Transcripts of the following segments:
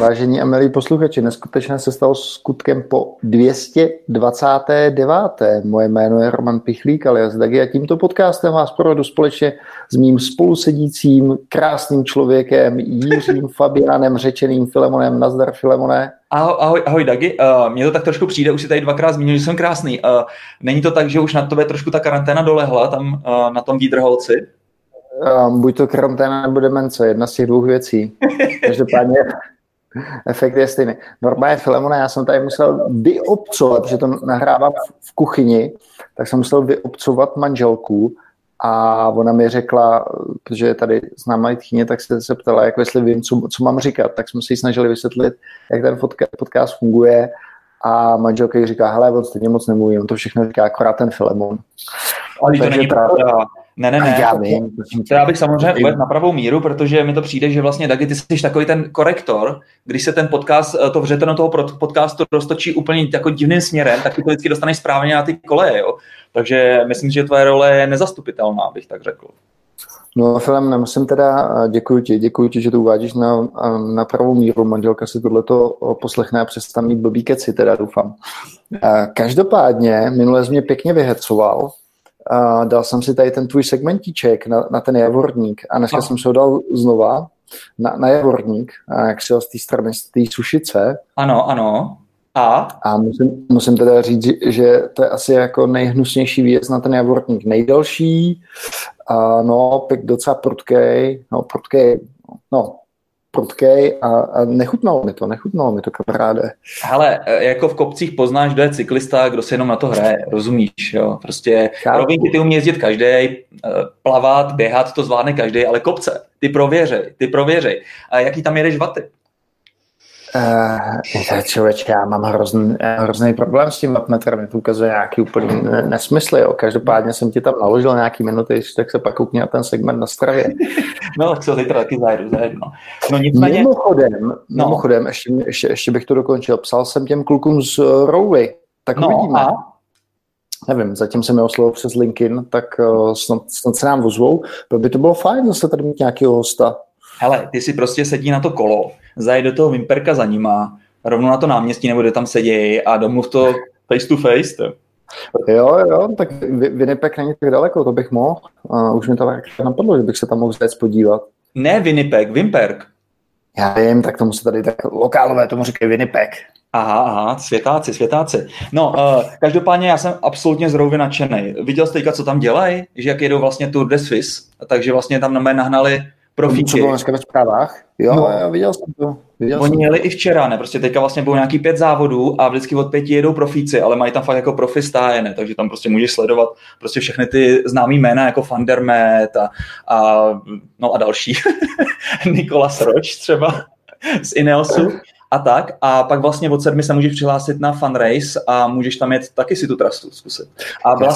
Vážení a milí posluchači, neskutečné se stalo skutkem po 229. Moje jméno je Roman Pichlík alias Dagi a tímto podcastem vás provedu společně s mým spolusedícím krásným člověkem Jiřím Fabiánem řečeným Filemonem. Nazdar, Filemone. Ahoj Dagi, mně to tak trošku přijde, už si tady dvakrát zmínil, že jsem krásný. Není to tak, že už na tobě trošku ta karanténa dolehla tam na tom Vídrholci? Buď to karanténa nebo demence, jedna z těch dvou věcí. Každopádně efekt je stejný. Normálně, Filemone, já jsem tady musel vyobcovat, protože to nahrávám v kuchyni, tak jsem musel vyobcovat manželku a ona mi řekla, protože je tady známá tchyně, tak se ptala, jako jestli vím, co mám říkat, tak jsme si ji snažili vysvětlit, jak ten podcast funguje a manželka jí říká, hele, on stejně moc nemluví, on to všechno říká akorát ten Filemon. Ale to není pravda. Ne. Já vím. To já bych samozřejmě uvedl na pravou míru, protože mi to přijde, že vlastně, Dagi, ty jsi takový ten korektor, když se ten podcast, to vřeteno toho podcastu roztočí úplně jako divným směrem, tak ty to vždycky dostaneš správně na ty koleje, jo. Takže myslím, že tvoje role je nezastupitelná, bych tak řekl. No, Filem, musím teda, děkuji ti, že to uvádíš na pravou míru. Manželka si tohleto poslechne a přestane mít blbý keci, teda doufám. Každopádně, minule jsi mě pěkně vyhecoval. Dal jsem si tady ten tvůj segmentíček na ten Javorník a dneska jsem se ho dal znova na Javorník, jak si ho z té strany, z té Sušice. Ano. A musím teda říct, že to je asi jako nejhnusnější výjezd na ten Javorník. Nejdelší, docela prudkej a nechutnalo mi to, kamaráde. Hele, jako v kopcích poznáš, kdo je cyklista, kdo se jenom na to hraje, rozumíš, jo, prostě rovinky ty umí jezdit každej, plavat, běhat, to zvládne každej, ale kopce, ty prověřej. A jaký tam jedeš vaty? Člověče, já mám hrozný problém s tím wattmetrem, to ukazuje nějaký úplný nesmysly, jo. Každopádně jsem ti tam naložil nějaký minuty, tak se pak koukni na ten segment na Stravě. No, tak se zítra taky zajedu. No, nicméně... Mimochodem, ještě bych to dokončil, psal jsem těm klukům z Rowley, tak uvidíme. Nevím, zatím jsem je oslovil přes LinkedIn, tak snad se nám ozvou, by to bylo fajn zase tady mít nějakého hosta. Hele, ty si prostě sedí na to kolo, zajď do toho Vimperka za nima, rovnou na to náměstí, nebo kde tam sedějí a domluv to face to face. Jo, tak Winnipeg není tak daleko, to bych mohl. Už mi to tak napadlo, že bych se tam mohl zajít podívat. Ne Winnipeg, Vimperk. Já vím, tak tomu se tady tak lokálové tomu říkají Winnipeg. Aha, světáci. No, každopádně já jsem absolutně z Rouvy nadšenej. Viděl jste teďka, co tam dělají? Že jak jedou vlastně Tour de Suisse, takže vlastně tam na mě nahnali profíky. Co bylo dneska ve zprávách? Jo, viděl jsem to. Oni jeli i včera, ne? Prostě teďka vlastně bylo nějaký 5 závodů a vždycky od 5 jedou profíci, ale mají tam fakt jako profi stáje, takže tam prostě můžeš sledovat prostě všechny ty známý jména jako Van der Met a další. Nikolas Roche třeba z Ineosu a tak. A pak vlastně od 7 se můžeš přihlásit na Fun Race a můžeš tam jet taky si tu trasu zkusit. A byla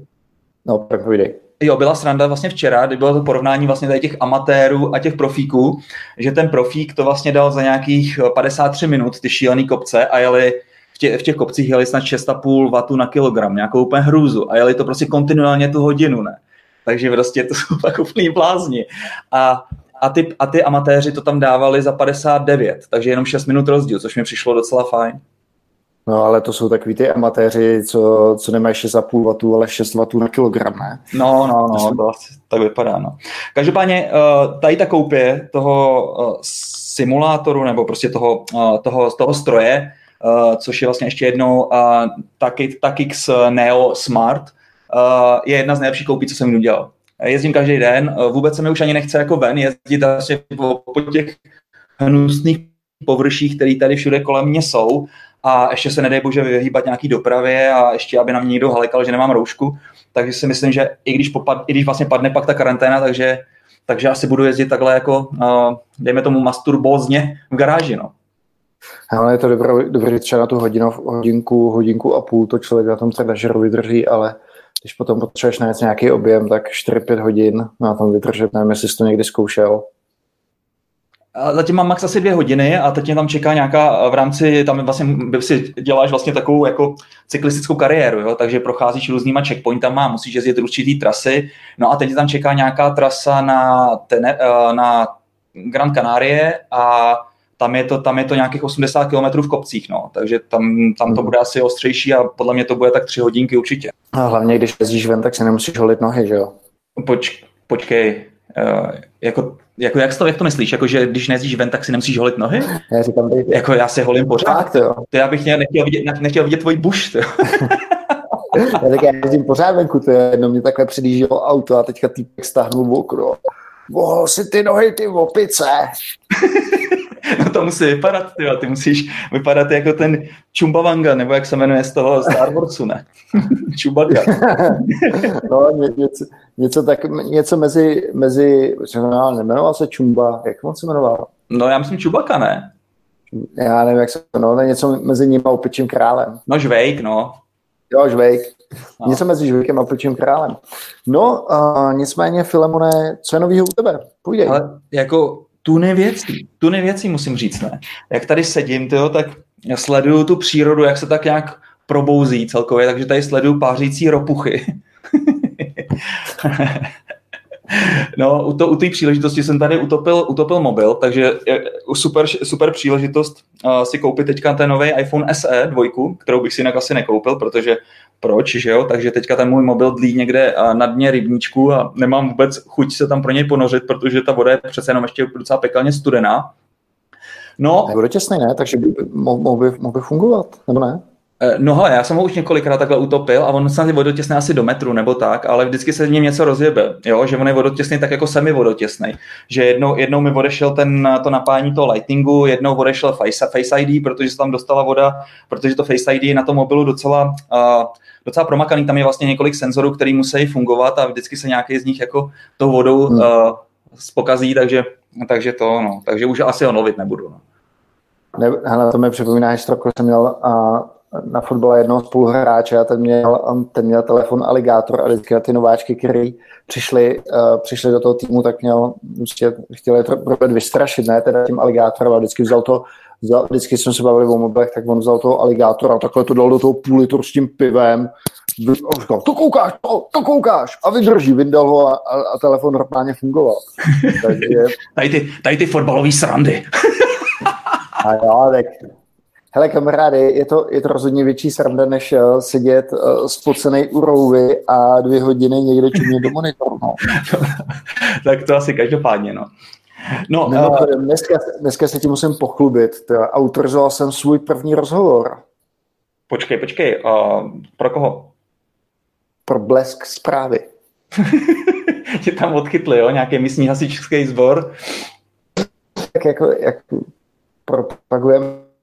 byla sranda vlastně včera, kdy bylo to porovnání vlastně tady těch amatérů a těch profíků, že ten profík to vlastně dal za nějakých 53 minut, ty šílený kopce a jeli v těch kopcích jeli snad 6,5 W na kilogram, nějakou úplně hrůzu a jeli to prostě kontinuálně tu hodinu, ne? Takže prostě to jsou tak úplný blázni. A ty amatéři to tam dávali za 59, takže jenom 6 minut rozdíl, což mi přišlo docela fajn. No, ale to jsou takový ty amatéři, co nemají 6,5 W, ale 6 W na kilogram, ne? No, to asi tak vypadá, no. Každopádně tady ta koupě toho simulátoru, nebo prostě toho stroje, což je vlastně ještě jednou Takix Neo Smart, je jedna z nejlepších koupí, co jsem kdy udělal. Jezdím každý den, vůbec se mi už ani nechce jako ven jezdit vlastně po těch hnusných površích, které tady všude kolem mě jsou a ještě se nedej bože vyhýbat nějaký dopravě a ještě, aby na mě někdo halekal, že nemám roušku, takže si myslím, že i když vlastně padne pak ta karanténa, takže asi budu jezdit takhle jako, dejme tomu masturbózně v garáži, no. Ale je to dobrý třeba na tu hodinku a půl, to člověk na tom trenažeru vydrží, ale když potom potřebuješ najít nějaký objem, tak 4-5 hodin na tom vydržet, nevím, jestli jsi to někdy zkoušel. Zatím mám max asi 2 hodiny a teď mě tam čeká nějaká v rámci, tam vlastně si děláš vlastně takovou jako cyklistickou kariéru, jo? Takže procházíš různýma checkpointama, musíš jezdit určitý trasy, no a teď tam čeká nějaká trasa na Gran Canarie a tam je to nějakých 80 km v kopcích, no, takže tam to bude asi ostřejší a podle mě to bude tak 3 hodinky určitě. A hlavně, když jezdíš ven, tak si nemusíš holit nohy, že jo? Počkej, jak to myslíš? Jako, že když nejezdíš ven, tak si nemusíš holit nohy? Já říkám, jako já si holím pořád. Tak, to jo. To já bych nechtěl vidět tvůj buš, to jo. Já jezdím pořád venku, to je jedno, mě takhle předjíždělo auto a teďka týpek stáhnul v okno. Vohl si ty nohy, ty opice. No to musí vypadat, ty musíš vypadat jako ten Chumbawanga, nebo jak se jmenuje z toho Star Warsu, ne? Chewbacca. No, něco mezi nemenoval se Chumba, jak on se jmenoval? No já myslím Chewbacca, ne? Já nevím, jak se jmenoval, něco mezi ním a Opičím králem. No Žvejk, no. Jo, Žvejk. No. Něco mezi Žvejkem a Opičím králem. No, nicméně, Filemone, co je novýho u tebe? Půjdej. Ale jako tuny věcí musím říct, ne? Jak tady sedím, tak já sleduju tu přírodu, jak se tak nějak probouzí celkově, takže tady sleduju pářící ropuchy. No, u té příležitosti jsem tady utopil mobil, takže super příležitost si koupit teďka ten nový iPhone SE 2, kterou bych si jinak asi nekoupil, protože proč, že jo? Takže teďka ten můj mobil dlí někde na dně rybníčku a nemám vůbec chuť se tam pro něj ponořit, protože ta voda je přece jenom ještě docela pekelně studená. No, je vodotěsný, ne? Takže mohl by fungovat, nebo ne? No hele, já jsem ho už několikrát takhle utopil a on snad je vodotěsný asi do metru nebo tak, ale vždycky se v něm něco rozjebe, jo? Že on je vodotěsný tak jako semi-vodotěsný. Že jednou mi odešel to napájení toho Lightningu, jednou odešel Face ID, protože se tam dostala voda, protože to Face ID je na tom mobilu docela promakaný, tam je vlastně několik senzorů, který musí fungovat a vždycky se nějaký z nich jako tou vodou spokazí, takže už asi ho novit nebudu. No. Hele, to mi připomíná historiku, jsem měl na fotbale jednoho spoluhráče a ten měl telefon Aligátor a vždycky ty nováčky, který přišli do toho týmu, tak chtěl je vystrašit, ne, teda tím Aligátorem a vždycky jsme se bavili o mobilech, tak on vzal toho Aligátora a takhle to dal do toho půl litru s tím pivem a říkal, to koukáš a vyndal ho a telefon normálně fungoval. Takže... Tady ty fotbalový srandy. A jo, tak... Hele kamarády, je to rozhodně větší sranda, než sedět spocenej u rouvy a 2 hodiny někde čumět do monitoru. No. Tak to asi každopádně, no. Dneska se ti musím pochlubit. Autorizoval jsem svůj první rozhovor. Počkej, pro koho? Pro Blesk Zprávy. Tě tam odchytli, jo? Nějaký místní hasičský sbor? Tak jak propagujeme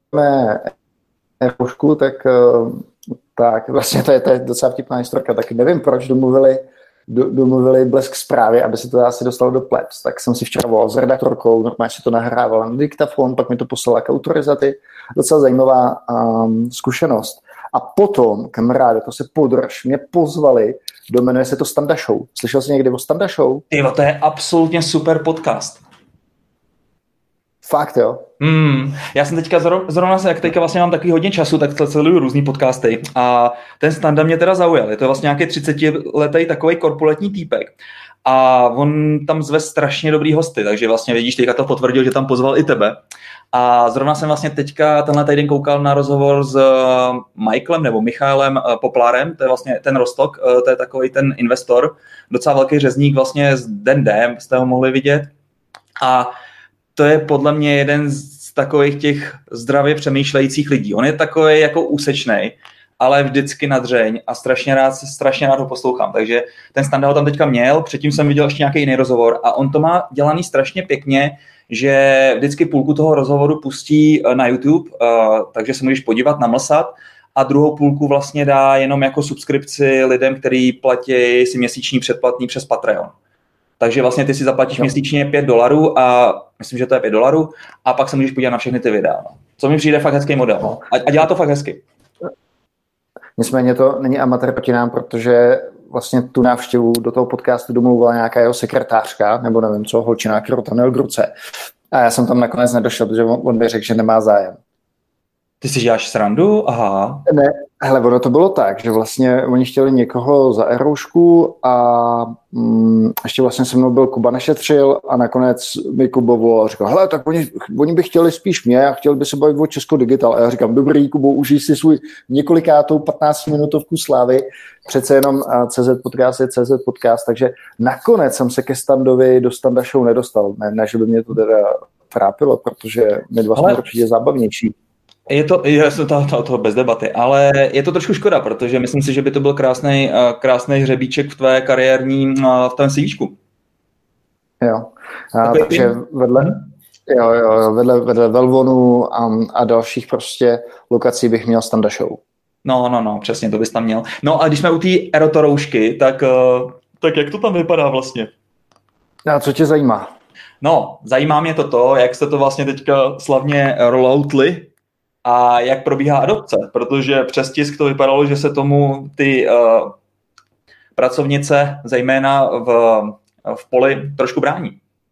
Erušku, tak vlastně to je docela vtipná historka, tak nevím, proč domluvili Blesk Zprávy, aby se to asi dostalo do plebs, tak jsem si včera volal s redaktorkou, normálně si to nahrával na diktafon, pak mi to poslala k autorizaci, docela zajímavá zkušenost. A potom, kamaráde, to se podrž, mě pozvali, jmenuje se to Standa Show. Slyšel jsi někdy o Standa Show? Tyjo, to je absolutně super podcast. Fakt, jo? Já jsem teďka zrovna jak teďka vlastně mám takový hodně času, tak sleduju různý podcasty a ten Standa mě teda zaujal. Je to vlastně nějaký 30letý takový korporátní týpek a on tam zve strašně dobrý hosty, takže vlastně vidíš, teďka to potvrdil, že tam pozval i tebe. A zrovna jsem vlastně teďka tenhle týden koukal na rozhovor s Michaelem nebo Michaelem Poplárem, to je vlastně ten Rostok, to je takový ten investor, docela velký řezník vlastně z D&D, jste ho mohli vidět. A to je podle mě jeden z takových těch zdravě přemýšlejících lidí. On je takový jako úsečnej, ale vždycky na dřeň a strašně rád ho poslouchám. Takže ten Standa ho tam teďka měl, předtím jsem viděl ještě nějaký jiný rozhovor a on to má dělaný strašně pěkně, že vždycky půlku toho rozhovoru pustí na YouTube, takže se můžeš podívat, namlsat a druhou půlku vlastně dá jenom jako subskripci lidem, kteří platí si měsíční předplatný přes Patreon. Takže vlastně ty si zaplatíš měsíčně $5 a myslím, že to je $5 a pak se můžeš podívat na všechny ty videa. No. Co mi přijde fakt hezký model. No. A dělá to fakt hezky. Nicméně to není amatér proti nám, protože vlastně tu návštěvu do toho podcastu domluvala nějaká jeho sekretářka, nebo nevím co, holčina, kterou tam měl k ruce. A já jsem tam nakonec nedošel, protože on mi řekl, že nemá zájem. Ty si děláš srandu? Aha. Ne, Hele, ono to bylo tak, že vlastně oni chtěli někoho za Eroušku a ještě vlastně se mnou byl Kuba Nešetřil a nakonec mi Kubo volal a říkal, hele, tak oni by chtěli spíš mě a chtěli by se bavit o Česko Digital. A já říkám, dobrý, Kubo, užij si svůj několikátou 15-minutovku slávy, přece jenom CZ Podcast je CZ Podcast, takže nakonec jsem se ke Standovi do Standa Show nedostal. Ne, že by mě to teda trápilo, protože my dva jsme určitě zábavnější. Je to bez debaty, ale je to trošku škoda, protože myslím si, že by to byl krásný hřebíček v tvé kariérním, v tvém CVčku. Jo, takže vedle Velvonu a dalších prostě lokací bych měl Standa Show. No, přesně, to bys tam měl. No a když jsme u té erotoroušky, tak jak to tam vypadá vlastně? A co tě zajímá? No, zajímá mě to, jak jste to vlastně teďka slavně rolloutli, a jak probíhá adopce, protože přes tisk to vypadalo, že se tomu ty pracovnice, zejména v poli, trošku brání.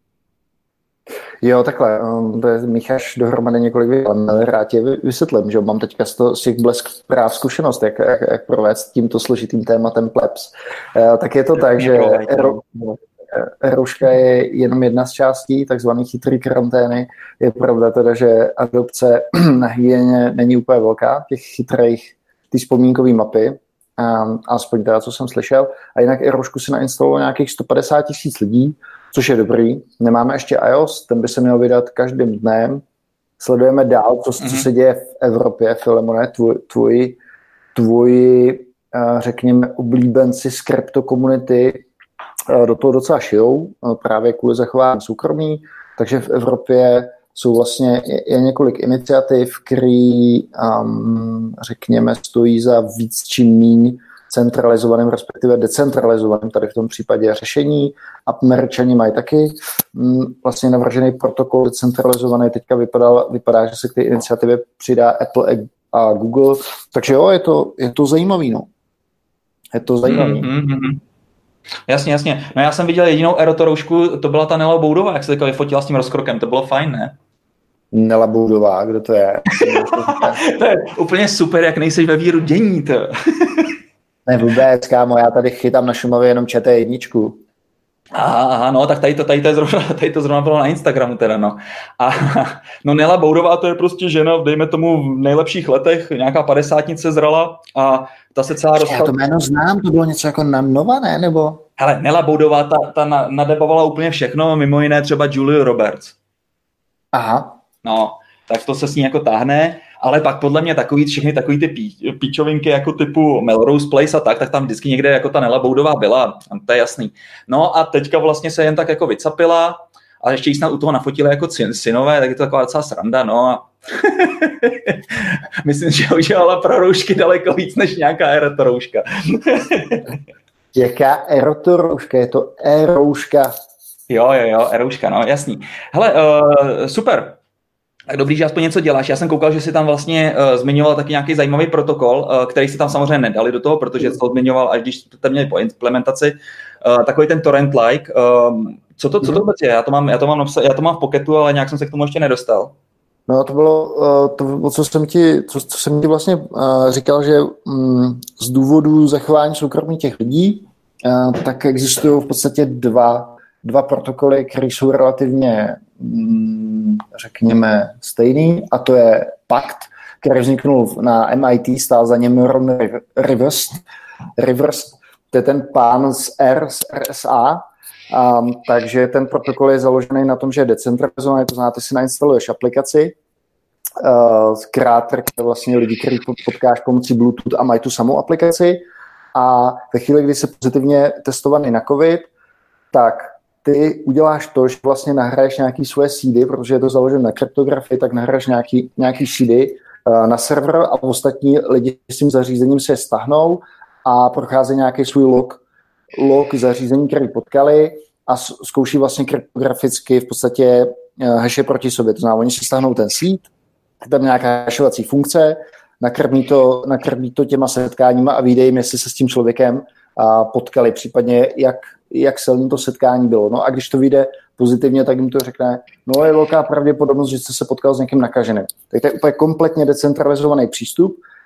Jo, takhle, mícháš dohromady několik věcí, ale rád tě vysvětlím, že mám teďka z těch blesk práv zkušenost, jak provést tímto složitým tématem plebs. Tak je to tak, že Erouška je jenom jedna z částí, takzvaný chytrý karantény. Je pravda teda, že adopce na hygieně není úplně velká, těch chytrých, ty vzpomínkové mapy, aspoň teda, co jsem slyšel. A jinak Eroušku si nainstalovalo nějakých 150 000 lidí, což je dobrý. Nemáme ještě iOS, ten by se měl vydat každým dnem. Sledujeme dál, co se děje v Evropě. Filemone, tvoji řekněme, oblíbenci z kryptokomunity do toho docela šijou, právě kvůli zachování soukromí, takže v Evropě jsou vlastně je několik iniciativ, který, řekněme, stojí za víc či míň centralizovaným, respektive decentralizovaným tady v tom případě řešení. Američani mají taky vlastně navržený protokol decentralizovaný, teďka vypadá, že se k té iniciativě přidá Apple a Google, takže jo, je to zajímavý, no. Je to zajímavý. Jasně. No já jsem viděl jedinou erotoroušku, to byla ta Nela Boudová, jak se teďka vyfotila s tím rozkrokem, to bylo fajn, ne? Nela Boudová, kdo to je? To je úplně super, jak nejseš ve víru dění, to. Ne vůbec, kámo, já tady chytám na Šumavě jenom ČT1. Aha, no, tak tady to zrovna bylo na Instagramu teda, no. A no Nela Boudová, to je prostě žena, dejme tomu v nejlepších letech, nějaká 50nice zrala a ta se celá Já to jméno znám, to bylo něco jako Nova, ne? Nebo? Hele, Nela Boudová, ta nadebovala úplně všechno, mimo jiné třeba Julia Roberts. Aha. No, tak to se s ní jako táhne, ale pak podle mě všechny takový ty píčovinky jako typu Melrose Place a tak tam vždycky někde jako ta Nela Boudová byla, to je jasný. No a teďka vlastně se jen tak jako vycapila a ještě jí snad u toho nafotili jako synové, tak je to taková docela sranda, no a myslím, že udělala pro roušky daleko víc než nějaká erotorouška. Jaká erotorouška? Je to erouška. Jo, erouška, no, jasný. Hele, super. Tak dobrý, že aspoň něco děláš. Já jsem koukal, že si tam vlastně zmiňoval taky nějaký zajímavý protokol, který si tam samozřejmě nedali do toho, protože jsi to zmiňoval, až když to měli po implementaci. Takový ten torrent-like. Co to vůbec je? Já to mám v pocketu, ale nějak jsem se k tomu ještě nedostal. No to bylo to, co jsem ti vlastně říkal, že z důvodu zachování soukromí těch lidí, tak existují v podstatě dva protokoly, které jsou relativně, řekněme, stejný, a to je pakt, který vzniknul na MIT, stál za něm Ron Rivers, to je ten pán z RSA, takže ten protokol je založený na tom, že je decentralizovaný, to znamená, ty si nainstaluješ aplikaci, Kráter, které vlastně lidi, který potkáš pomocí Bluetooth a mají tu samou aplikaci, a ve chvíli, kdy jsi pozitivně testovaný na COVID, tak ty uděláš to, že vlastně nahraješ nějaký svoje seedy, protože je to založené na kryptografii, tak nahraješ nějaký seedy na server a ostatní lidi s tím zařízením se stáhnou a procházejí nějaký svůj log zařízení, který potkali, a zkouší vlastně kryptograficky v podstatě hashe proti sobě. To znamená, oni si stáhnou ten seed, tam nějaká hashovací funkce, nakrmí to těma setkáníma a vyjde jim, jestli se s tím člověkem potkali, případně jak silný to setkání bylo. No a když to vyjde pozitivně, tak jim to řekne, no je velká pravděpodobnost, že jste se potkal s někým nakaženým. Tak to je úplně kompletně decentralizovaný přístup,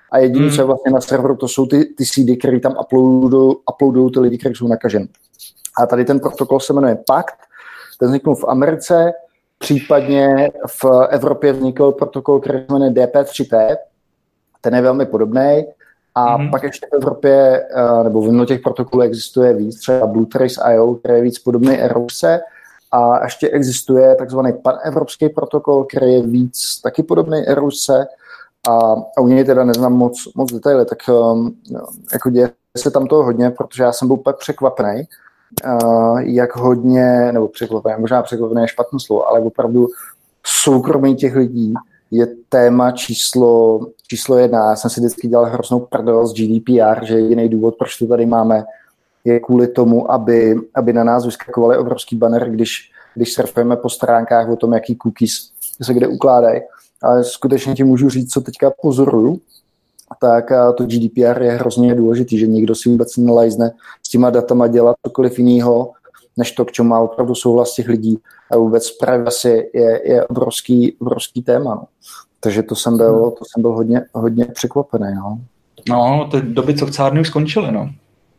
A jediné, co je vlastně na serveru, to jsou ty seedy, které tam uploadují ty lidi, kteří jsou nakaženi. A tady ten protokol se jmenuje PACT, ten vzniknul v Americe, případně v Evropě vznikl protokol, který se jmenuje DP3P, ten je velmi podobný. A pak ještě v Evropě, nebo v těch protokolů existuje víc, třeba BlueTrace.io, který je víc podobný Erouse, a ještě existuje takzvaný panevropský protokol, který je víc taky podobný Erouse, a u něj teda neznám moc detaily, tak jako děje se tam toho hodně, protože já jsem byl pak překvapený, jak hodně, nebo překvapený, možná překvapený je špatné slovo, ale opravdu soukromí těch lidí je téma číslo 1. Já jsem si vždycky dělal hroznou prdel z GDPR, že jediný důvod, proč to tady máme, je kvůli tomu, aby na nás vyskakovaly obrovský banner, když surfujeme po stránkách o tom, jaký cookies se kde ukládají. Ale skutečně ti můžu říct, co teďka pozoruju, tak to GDPR je hrozně důležitý, že nikdo si vůbec nelajzne s těma datama dělat cokoliv jiného, než to, k čemu má opravdu souhlas těch lidí. A vůbec privacy je obrovský téma. No. Takže to jsem byl hodně překvapený. No, ty doby, co chcárny už skončily, no.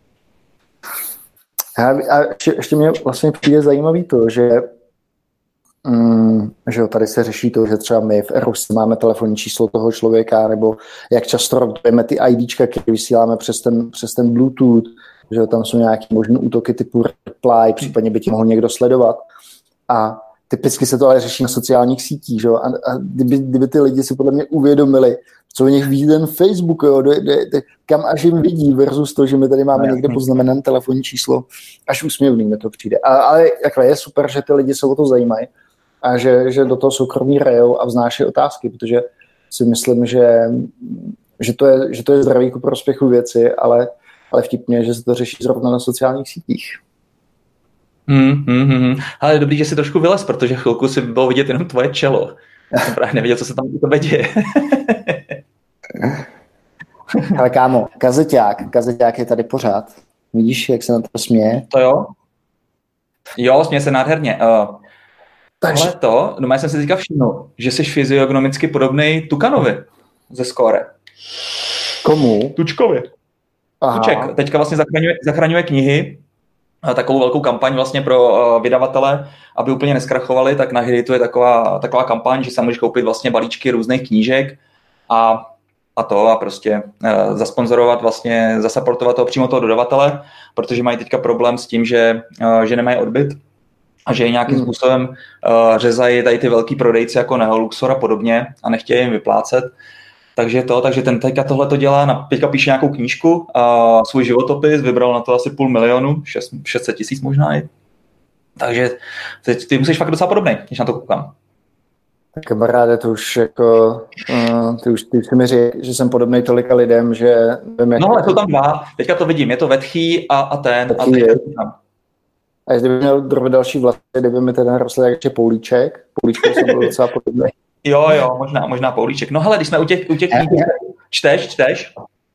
A ještě mě vlastně přijde zajímavý to, že tady se řeší to, že třeba my v Erouse máme telefonní číslo toho člověka, nebo jak často rotujeme ty IDčka, které vysíláme přes ten Bluetooth, že tam jsou nějaké možné útoky typu reply, případně by tě mohl někdo sledovat. A typicky se to ale řeší na sociálních sítích, že? A kdyby ty lidi si podle mě uvědomili, co o nich ví ten Facebook, jo? Kam až jim vidí versus to, že my tady máme někde poznamenané telefonní číslo, až úsměvný mi to přijde. Ale jakhle je super, že ty lidi se o to zajímají a že do toho soukromí rejou a vznáší otázky, protože si myslím, že to je zdravý ku prospěchu věci, ale vtipně, že se to řeší zrovna na sociálních sítích. Ale je dobrý, že jsi trošku vylez, protože chvilku si bylo vidět jenom tvoje čelo. Já jsem právě nevěděl, co se tam u tebe děje. Ale kámo, kazeťák je tady pořád. Vidíš, jak se na to směje? To jo? Jo, směje se nádherně. Takže já jsem si teďka všiml, že jsi fyziognomicky podobnej Tukanovi ze Skóre. Komu? Tučkovi. Aha. Tuček teďka vlastně zachraňuje knihy, takovou velkou kampaň vlastně pro vydavatele, aby úplně neskrachovali, tak na Hiditu je taková kampaň, že se můžeš koupit vlastně balíčky různých knížek a prostě zasponzorovat vlastně, zasupportovat toho přímo toho dodavatele, protože mají teďka problém s tím, že nemají odbyt a že nějakým způsobem řezají tady ty velký prodejci jako Neoluxor a podobně a nechtějí jim vyplácet. Takže ten teďka tohle to dělá, teďka píše nějakou knížku a svůj životopis, vybral na to asi 500 000, 600 000 možná i. Takže ty musíš fakt docela podobnej, když na to koukám. Tak kamaráde, to už jako, ty si mi řekl, že jsem podobnej tolika lidem, že vím, jak... No ale jsou tam dva, teďka to vidím, je to Vetchý a ten. Vetchý je. A kdyby měl drobit další vlasy, kdyby mi teda rostl ještě Poulíček jsem byl docela podobnej. Jo, možná Poulíček. No hele, když jsme u těch knížek, čteš?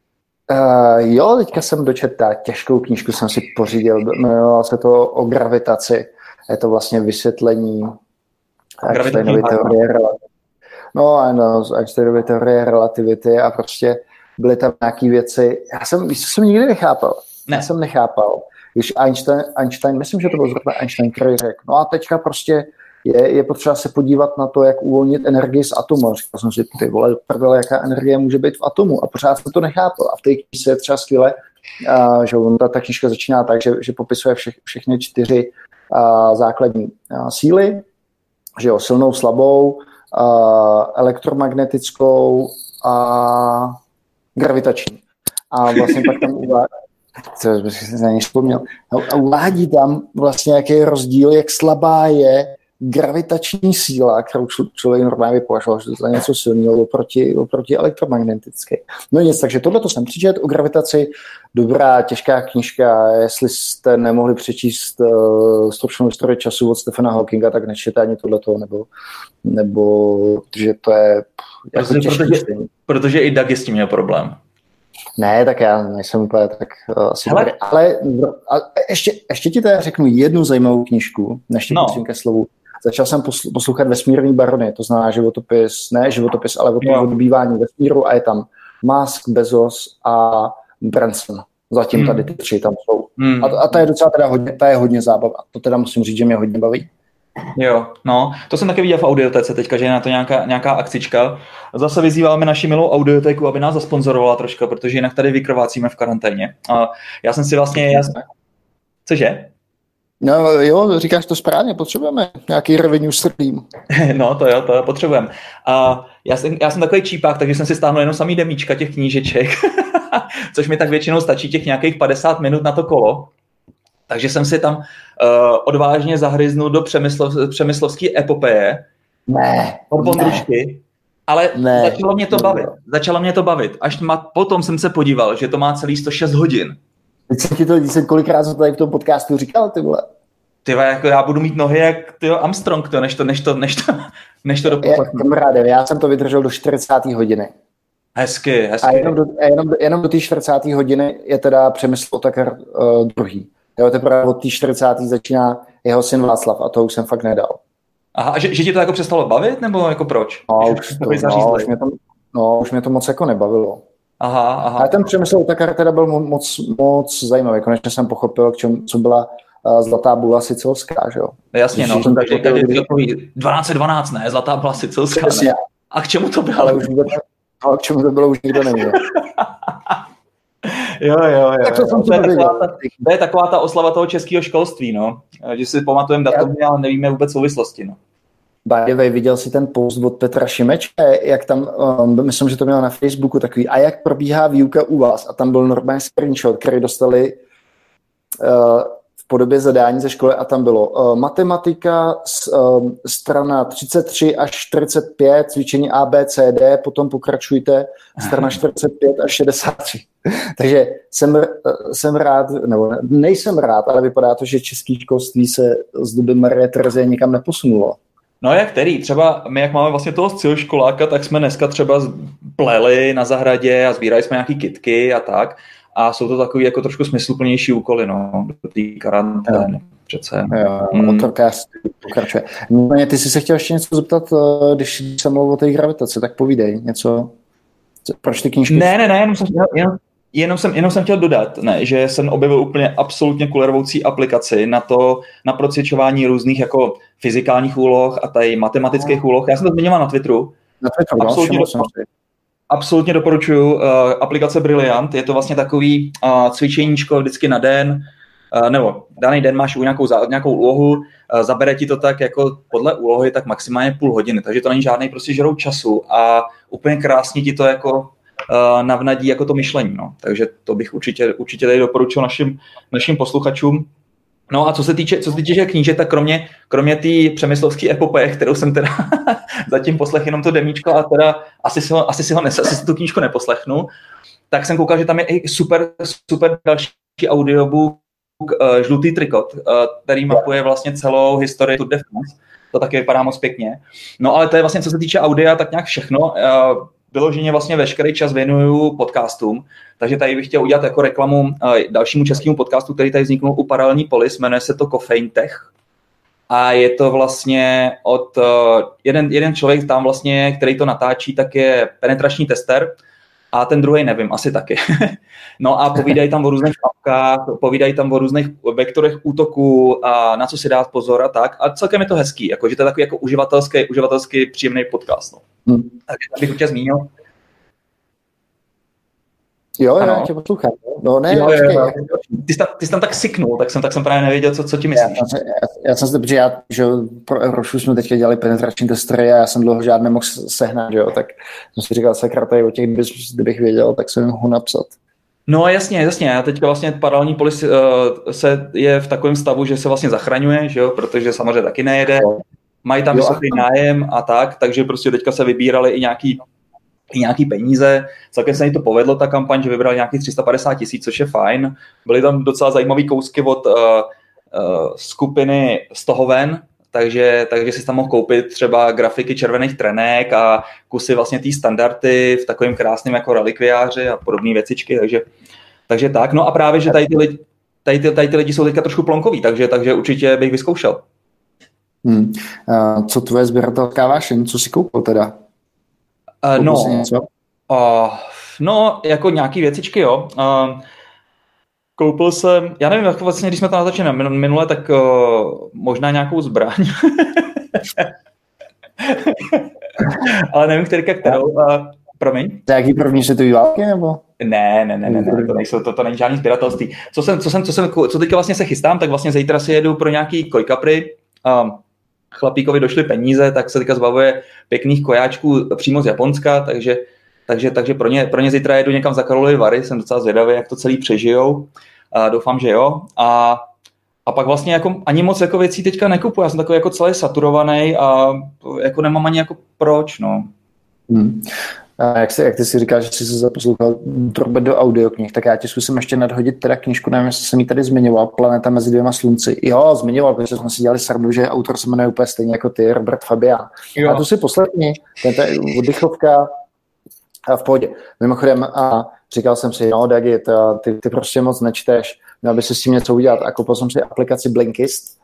Jo, teďka jsem dočetl těžkou knížku, jsem si pořídil, jmenovalo se to o gravitaci. Je to vlastně vysvětlení Einsteinovy teorie relativity. No, ano, Einsteinovy teorie relativity a prostě byly tam nějaké věci. Já jsem nikdy nechápal. Ne. Já jsem nechápal. Když Einstein, myslím, že to byl zrovna Einstein, který řekl, no a teďka prostě je potřeba se podívat na to, jak uvolnit energii z atomu. Říkal jsem si, ty vole, prdele, jaká energie může být v atomu. A pořád jsem to nechápal. A v té knížce je třeba skvěle, že ta knížka začíná tak, že popisuje všechny 4 základní síly, že jo, silnou, slabou, elektromagnetickou a gravitační. A vlastně pak tam uvádí tam vlastně, jaký je rozdíl, jak slabá je gravitační síla, kterou člověk normálně považoval, že to je něco silného oproti elektromagnetické. No nic, takže tohleto jsem přečet o gravitaci, dobrá, těžká knížka, jestli jste nemohli přečíst stručnou historii času od Stephena Hawkinga, tak nečtěte ani tohleto, nebo že to je jako protože i Doug s tím měl problém. Ne, tak já nejsem úplně tak asi dobrý. Ale ještě ti teda řeknu jednu zajímavou knížku, než ti pustím ke slovu. Začal jsem poslouchat Vesmírný barony, to znamená životopis, ale o tom odbývání vesmíru a je tam Musk, Bezos a Branson. Zatím tady ty 3 tam jsou. A ta je docela teda hodně zábava. To teda musím říct, že mě hodně baví. Jo, no, to jsem taky viděl v Audiotece teďka, že je na to nějaká akcička. Zase vyzýváme naši milou Audioteku, aby nás zasponzorovala trošku, protože jinak tady vykrvácíme v karanténě. A já jsem si vlastně... Cože? No jo, říkáš to správně, potřebujeme nějaký revenue stream. No to jo, to potřebujeme. A já jsem takový čípák, takže jsem si stáhnul jenom samý demíčka těch knížeček, což mi tak většinou stačí těch nějakých 50 minut na to kolo. Takže jsem si tam odvážně zahryznul do přemyslovské epopeje. Ne. Od Vondrušky. Ale začalo mě to bavit. Až potom jsem se podíval, že to má celý 106 hodin. Teď jsem kolikrát jsem tady v tom podcastu říkal, ty vole. Tyva, jako já budu mít nohy jak Armstrong, než to doposlechnu. Kamaráde, já jsem to vydržel do 40. hodiny. Hezky. A jenom do té 40. hodiny je teda Přemysl Otakar druhý. Jo, teprve od té 40. začíná jeho syn Václav a to už jsem fakt nedal. Aha, a že ti to jako přestalo bavit, nebo jako proč? Už mě to moc jako nebavilo. Aha. Ale ten Přemysl Otakar teda byl moc zajímavý. Konečně jsem pochopil, co byla Zlatá bula sicilská, že jo? Jasně, no, každý takový 1212, ne? Zlatá bula sicilská, ne? A k čemu to bylo? Ale už k čemu to bylo, už nikdo neví. Jo. Tak to je taková ta oslava toho českého školství, no. Že si pamatujeme datum, ale nevíme vůbec souvislosti, no. By the way, viděl jsi ten post od Petra Šimečka, jak tam, myslím, že to měl na Facebooku takový, a jak probíhá výuka u vás? A tam byl normální screenshot, který dostali v podobě zadání ze školy a tam bylo matematika, strana 33 až 45, cvičení ABCD, potom pokračujte strana 45 až 63. Takže jsem rád, nebo nejsem rád, ale vypadá to, že český školství se z doby Marie Terezie nikam neposunulo. No jak který? Třeba my, jak máme vlastně toho středoškoláka, tak jsme dneska třeba pleli na zahradě a sbírali jsme nějaký kytky a tak. A jsou to takový jako trošku smysluplnější úkoly, no, do té karantény. Přece. Otrokářství pokračuje. No, ty jsi se chtěl ještě něco zeptat, když jsem mluvil o té gravitaci, tak povídej něco. Proč ty knížky? Ne, jenom jsem chtěl dodat, že jsem objevil úplně absolutně kulervoucí aplikaci na procvičování různých jako fyzikálních úloh a tady matematických úloh. Já jsem to zmiňoval na Twitteru. Absolutně doporučuji. Aplikace Brilliant, je to vlastně takový cvičeníčko vždycky na den, nebo daný den máš nějakou úlohu, zabere ti to tak jako podle úlohy tak maximálně půl hodiny, takže to není žádný prostě žrou času a úplně krásně ti to jako navnadí jako to myšlení. No. Takže to bych určitě tady doporučil našim posluchačům. No a co se týče knížek, tak kromě té přemyslovské epopeje, kterou jsem teda zatím poslechl jenom to demíčko a teda asi si tu knížku neposlechnu, tak jsem koukal, že tam je i super další audiobook Žlutý trikot, který mapuje vlastně celou historii Tour de France. To taky vypadá moc pěkně. No ale to je vlastně, co se týče audia, tak nějak všechno. Vyloženě vlastně veškerý čas věnuju podcastům, takže tady bych chtěl udělat jako reklamu dalšímu českému podcastu, který tady vzniknul u Paralelní polis, jmenuje se to Kofein Tech. A je to vlastně od jeden člověk tam vlastně, který to natáčí, tak je penetrační tester a ten druhej nevím, asi taky. No a povídají tam o různých špapkách, povídají tam o různých vektorech útoků a na co si dát pozor a tak. A celkem je to hezký, jako, že to je takový jako uživatelsky příjemný podcast. No. Takže bych určitě zmínil. Jo, já tě poslouchám. No, ne, jo. Ty jsi tam tak syknul, tak jsem právě nevěděl, co ti myslíš. Já jsem si, protože že pro Eurošu jsme teďka dělali penetrační testery a já jsem dlouho žádný nemohl sehnat, jo, tak jsem si říkal, sakra, tady o těch, kdybych věděl, tak jsem mohl napsat. No jasně, já teďka vlastně Paralelní polis je v takovém stavu, že se vlastně zachraňuje, že jo, protože samozřejmě taky nejede, mají tam vysoký nájem a tak, takže prostě teďka se vybírali i nějaký peníze. Celkem se jim to povedlo, ta kampaň, že vybrali nějakých 350 000, což je fajn. Byly tam docela zajímavý kousky od skupiny Z toho ven, takže si tam mohl koupit třeba grafiky červených trenek a kusy vlastně té standardy v takovém krásném jako relikviáři a podobné věcičky, takže tak. No a právě, že tady ty lidi jsou teďka trošku plonkoví, takže určitě bych vyzkoušel. Co tvoje sběratelská vášeň? Co jsi koupil teda? No, jako nějaký věcičky, jo. Koupil jsem, já nevím, jako vlastně, když jsme to natáčeli minule, tak možná nějakou zbraň. Ale nevím, kterou. Promiň. Nějaký první světový války, nebo? Ne, to není žádný sběratelství. Co teďka vlastně se chystám, tak vlastně zítra si jedu pro nějaký kojkapry. Chlapíkovi došly peníze, tak se teďka zbavuje pěkných kojáčků přímo z Japonska, takže pro ně zítra jedu někam za Karlovy Vary, jsem docela zvědavý, jak to celý přežijou. Doufám, že jo. A pak vlastně jako ani moc jako věcí teďka nekupuji, já jsem takový jako celý saturovaný a jako nemám ani jako proč, no. A jak ty si říkáš, že jsi se zaposlouchal do audioknih, tak já ti zkusím ještě nadhodit teda knížku, nevím, jestli jsem ji tady zmiňoval, Planeta mezi dvěma slunci. Jo, zmiňoval, protože jsme si dělali srandu, že autor se jmenuje úplně stejně jako ty, Robert Fabián. Jo. A tu si poslední, to je oddychovka a v pohodě. Mimochodem, a říkal jsem si, no Dagi, ty prostě moc nečteš, měl by si s tím něco udělat. A koupil jsem si aplikaci Blinkist.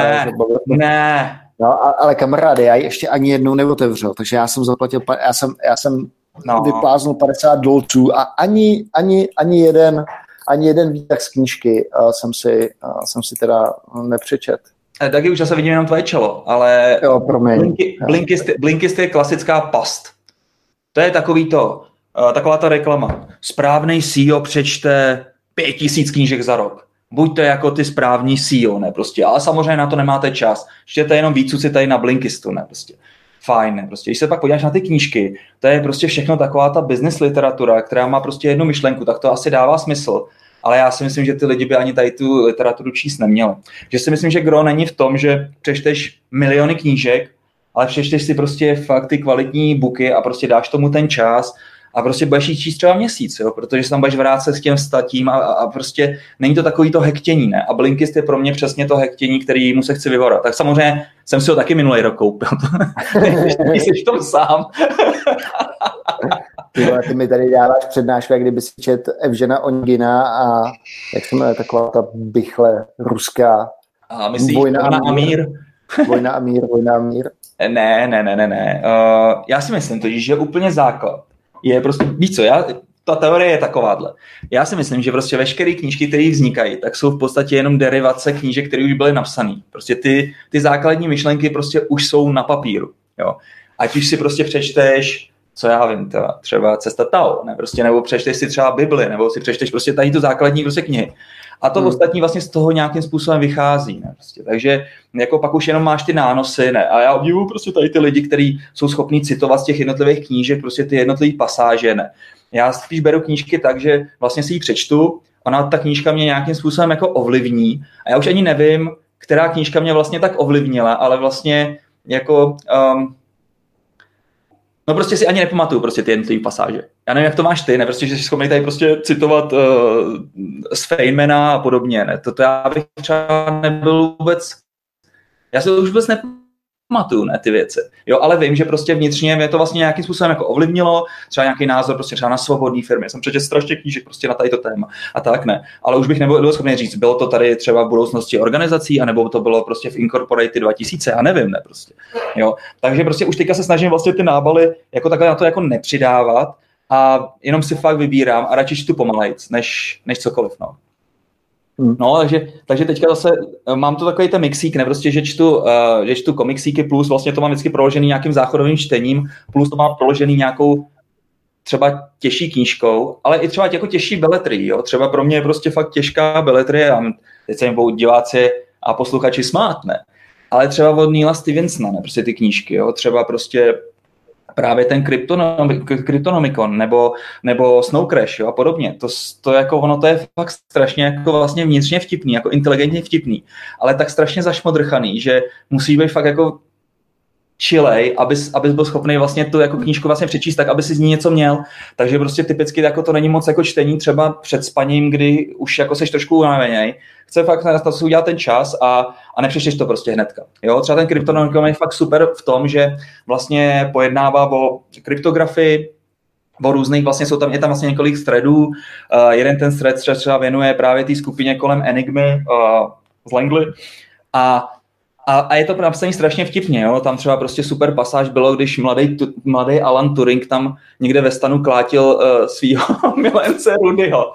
Ne. No, ale kamaráde, já ji ještě ani jednou neotevřel, takže já jsem zaplatil, já jsem vypláznul $50 a ani jeden výtah z knížky jsem si teda nepřečet. Taky už zase vidím jenom tvoje čelo, ale jo, promiň. Blinkist je klasická past. To je taková ta reklama. Správnej CEO přečte 5000 knížek za rok. Buďte jako ty správní CEO, ne prostě, ale samozřejmě na to nemáte čas. Čtěte jenom výcuci tady na Blinkistu, ne prostě. Fajn, ne prostě. Když se pak podíváš na ty knížky, to je prostě všechno taková ta business literatura, která má prostě jednu myšlenku, tak to asi dává smysl. Ale já si myslím, že ty lidi by ani tady tu literaturu číst neměli. Že si myslím, že gro není v tom, že přečteš miliony knížek, ale přečteš si prostě fakt ty kvalitní booky a prostě dáš tomu ten čas a prostě budeš jít číst třeba měsíc, jo? Protože se tam budeš vrátit s těm statím a prostě není to takový to hektění, ne? A Blinkist je pro mě přesně to hektění, který mu se chci vyvorat. Tak samozřejmě jsem si ho taky minulý rok koupil. Ty jsi v tom sám. Ty mi tady dáváš přednášku, jak kdyby si čet Evžena Onegina a jak se jmenuje taková ta bychle ruská. A myslíš Vojna Amír? Vojna Amír. Ne. Já si myslím totiž, že úplně základ je prostě, víš co, ta teorie je takováhle. Já si myslím, že prostě veškeré knížky, které vznikají, tak jsou v podstatě jenom derivace knížek, které už byly napsané. Prostě ty základní myšlenky prostě už jsou na papíru. Jo. Ať už si prostě přečteš, co já vím, třeba Cesta Tao, ne, prostě, nebo přečteš si třeba Bibli, nebo si přečteš prostě tady tu základní prostě knihy. A to ostatní vlastně z toho nějakým způsobem vychází. Ne? Prostě. Takže jako pak už jenom máš ty nánosy. Ne? A já obdivuju prostě tady ty lidi, kteří jsou schopní citovat z těch jednotlivých knížek prostě ty jednotlivé pasáže. Ne? Já spíš beru knížky tak, že vlastně si ji přečtu, ta knížka mě nějakým způsobem jako ovlivní. A já už ani nevím, která knížka mě vlastně tak ovlivnila, ale vlastně jako... No prostě si ani nepamatuju prostě ty jednotlivé pasáže. Já nevím, jak to máš ty, ne? Prostě, že jsi schopný tady prostě citovat z Feynmana a podobně, ne? To já bych třeba nebyl vůbec... Já si to už vůbec nepamatuju, ne, ty věci. Jo, ale vím, že prostě vnitřně mě to vlastně nějakým způsobem jako ovlivnilo, třeba nějaký názor prostě třeba na svobodné firmy. Jsem přečetl strašně knížek prostě na tady to téma a tak ne. Ale už bych nebyl schopný říct, bylo to tady třeba v budoucnosti organizací, anebo to bylo prostě v Incorporated 2000, já nevím, ne prostě. Jo, takže prostě už teďka se snažím vlastně ty nábaly jako takhle na to jako nepřidávat a jenom si fakt vybírám a radši čtu pomalejc, než cokoliv, no. No, takže teďka zase mám to takový ten mixík, ne prostě, že čtu komiksíky plus vlastně to mám vždycky proložený nějakým záchodovým čtením, plus to mám proložený nějakou třeba těžší knížkou, ale i třeba jako těžší beletrii, jo. Třeba pro mě je prostě fakt těžká beletrie a teď se jim budou diváci a posluchači smát, ne. Ale třeba od Neila Stevensona, ne, prostě ty knížky, jo. Třeba prostě právě ten Cryptonomicon nebo Snow Crash, jo, a podobně. To jako ono to je fakt strašně jako vlastně vnitřně vtipný, jako inteligentně vtipný, ale tak strašně zašmodrchaný, že musíš být fakt jako chilej, abys byl schopný vlastně tu jako knížku vlastně přečíst tak, aby si z ní něco měl. Takže prostě typicky jako to není moc jako čtení třeba před spaním, kdy už jako seš trošku unaveněj. Chce fakt na si udělat ten čas a nepřečteš to prostě hnedka. Jo, třeba ten Cryptonomicon je fakt super v tom, že vlastně pojednává o kryptografii, o různých, vlastně je tam vlastně několik threadů. Jeden ten thread třeba věnuje právě té skupině kolem Enigmy z Langley a A je to napsaný strašně vtipně, jo? Tam třeba prostě super pasáž bylo, když mladý Alan Turing tam někde ve stanu klátil svýho milence Rudyho.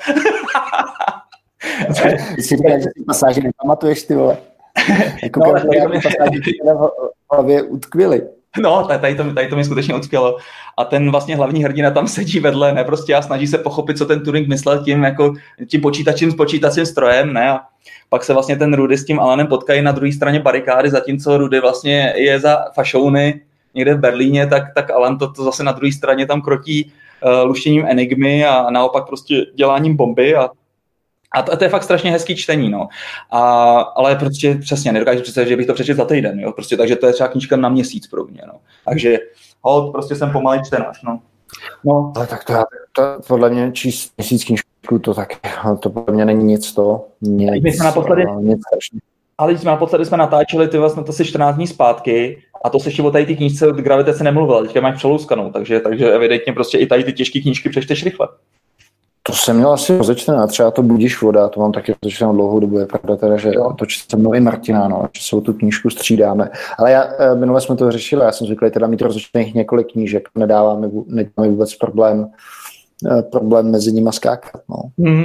Si říkáš, že ty pasáže nepamatuješ, ty vole. Jako no, pasáže v hlavě utkvily. No, tady to mi skutečně utkvělo. A ten vlastně hlavní hrdina tam sedí vedle, ne, prostě a snaží se pochopit, co ten Turing myslel tím počítačem s počítacím strojem, ne, a pak se vlastně ten Rudy s tím Alanem potkají na druhé straně barikády, zatímco Rudy vlastně je za fašouny někde v Berlíně, tak Alan to zase na druhé straně tam krotí luštěním enigmy a naopak prostě děláním bomby a to je fakt strašně hezký čtení, no. Ale prostě přesně, nedokážu představit, že bych to přečetl za týden, jo. Prostě, takže to je třeba knížka na měsíc pro mě, no. Takže prostě jsem pomalý čtenář, no. Ale tak to podle mě číst měsíc knížku, to podle mě není nic to. My jsme naposledy jsme natáčeli ty vlastně to asi 14 dní zpátky a to se ještě o tady ty knížce od gravitace nemluvil, teďka máš přelouskanou, takže evidentně prostě i tady ty těžké knížky přečteš rychle. To jsem měl asi rozečtené, třeba to Budíš voda, to mám taky rozečtené dlouhou dobu, je pravda teda, že to čte mnou i Martina, no, že se o tu knížku střídáme. Ale minule jsme to řešili, já jsem zvyklý teda mít rozečtených několik knížek, nedává mi vůbec problém mezi nimi skákat, no.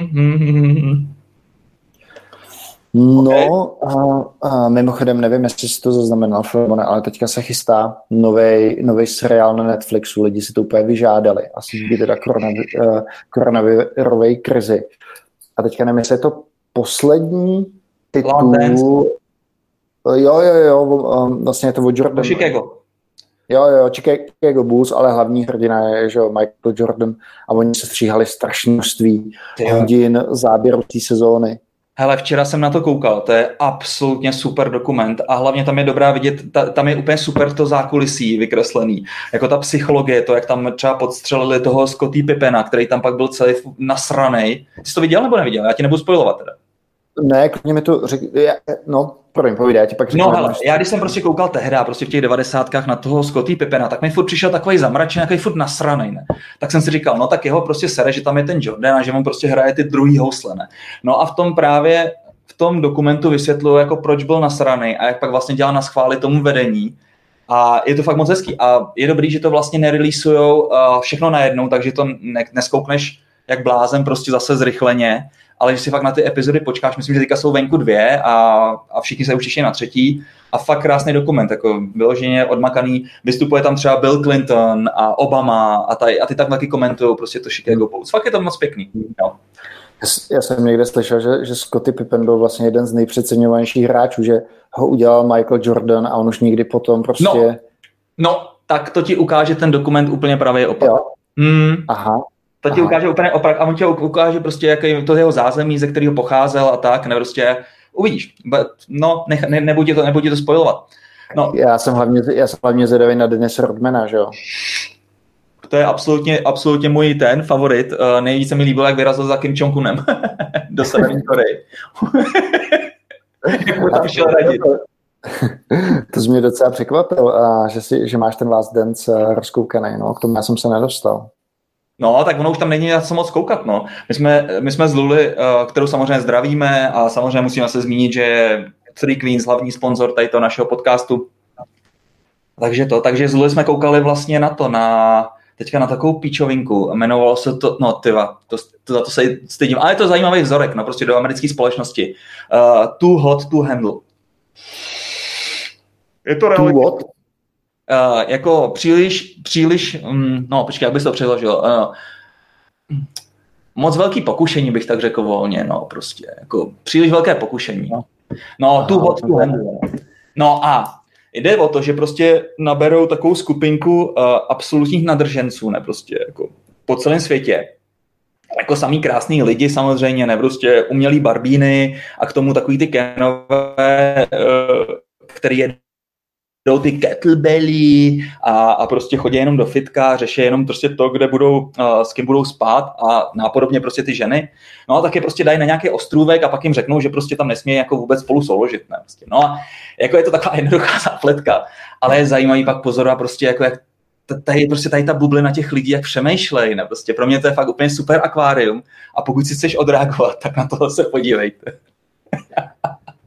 No a mimochodem nevím, jestli jsi to zaznamenal, Filemone, ale teďka se chystá novej seriál na Netflixu, lidi si to úplně vyžádali, asi díky teda koronavirové krizi. A teďka nevím, jestli je to poslední titul. Jo, vlastně je to od Jordan. Chicago. Jo, Chicago Bulls, ale hlavní hrdina je, že Michael Jordan a oni se stříhali strašné množství hodin záběru té sezóny. Hele, včera jsem na to koukal, to je absolutně super dokument a hlavně tam je dobrá vidět, tam je úplně super to zákulisí vykreslený, jako ta psychologie, to, jak tam třeba podstřelili toho Scottie Pippena, který tam pak byl celý nasranej. Jsi to viděl nebo neviděl? Já ti nebudu spojovat teda. Ne, klidně mi to řekl, povídej, já ti pak řeknu. No hele, já když jsem prostě koukal tehda, prostě v těch 90kách na toho Scottie Pippena, tak mi furt přišel takový zamračený, takový furt nasranej, ne? Tak jsem si říkal, no tak jeho prostě sere, že tam je ten Jordan a že mu prostě hraje ty druhý housle, ne? No a v tom dokumentu vysvětluje, jako proč byl nasranej a jak pak vlastně dělal na schvály tomu vedení. A je to fakt moc hezký. A je dobrý, že to vlastně nereleasujou všechno najednou, takže to neskoukneš jak blázen prostě zase zrychleně, ale že si fakt na ty epizody počkáš, myslím, že teďka jsou venku 2 a všichni se už těší na 3. A fakt krásný dokument, jako vyloženě odmakaný, vystupuje tam třeba Bill Clinton a Obama a ty tam taky komentují prostě to Chicago Bulls. Fakt je to moc pěkný. Jo. Já jsem někde slyšel, že Scottie Pippen byl vlastně jeden z nejpřeceňovanějších hráčů, že ho udělal Michael Jordan a on už nikdy potom prostě... No, tak to ti ukáže ten dokument úplně pravý opak. Jo. Aha. To ti ukáže úplně opak a on ti ukáže prostě, jaký to jeho zázemí, ze kterého pocházel a tak, ne prostě uvidíš. No, nebuď to spojovat. No. Já jsem hlavně zvědavý na Denise Rodmana, že jo? To je absolutně můj favorit. Nejvíc se mi líbilo, jak vyrazil za Kim Jong-unem do Severní Koreji. To jsi mě docela překvapil, že máš ten Last Dance rozkoukaný, no, k tomu já jsem se nedostal. No, tak ono už tam není na co moc koukat, no. My jsme z Luli, kterou samozřejmě zdravíme a samozřejmě musíme se zmínit, že je Three Queens hlavní sponzor tady toho našeho podcastu. Takže z Luli jsme koukali vlastně teďka na takovou píčovinku, jmenovalo se to, to za to se stydím, ale je to zajímavý vzorek, no, prostě do americké společnosti. Too hot to handle. Je to reálně. Jako příliš, počkej, jak bys to přeložil, moc velký pokušení, bych tak řekl volně, no, prostě, jako příliš velké pokušení. No, too hot to handle. No a jde o to, že prostě naberou takovou skupinku absolutních nadrženců, ne, prostě, jako po celém světě. Jako samý krásný lidi samozřejmě, ne, prostě umělý barbíny a k tomu takový ty kenové, který jedou ty kettlebelly a prostě chodí jenom do fitka, řeší jenom prostě to, kde budou, s kým budou spát a nápodobně prostě ty ženy. No a taky prostě dají na nějaký ostrůvek a pak jim řeknou, že prostě tam nesmějí jako vůbec spolu souložit, ne, prostě. No a jako je to taková jednoduchá zápletka, ale je zajímavý pak pozorovat prostě jako jak tady ta bublina těch lidí, jak přemýšlej, ne, prostě pro mě to je fakt úplně super akvárium a pokud si chceš odreagovat, tak na tohle se podívejte.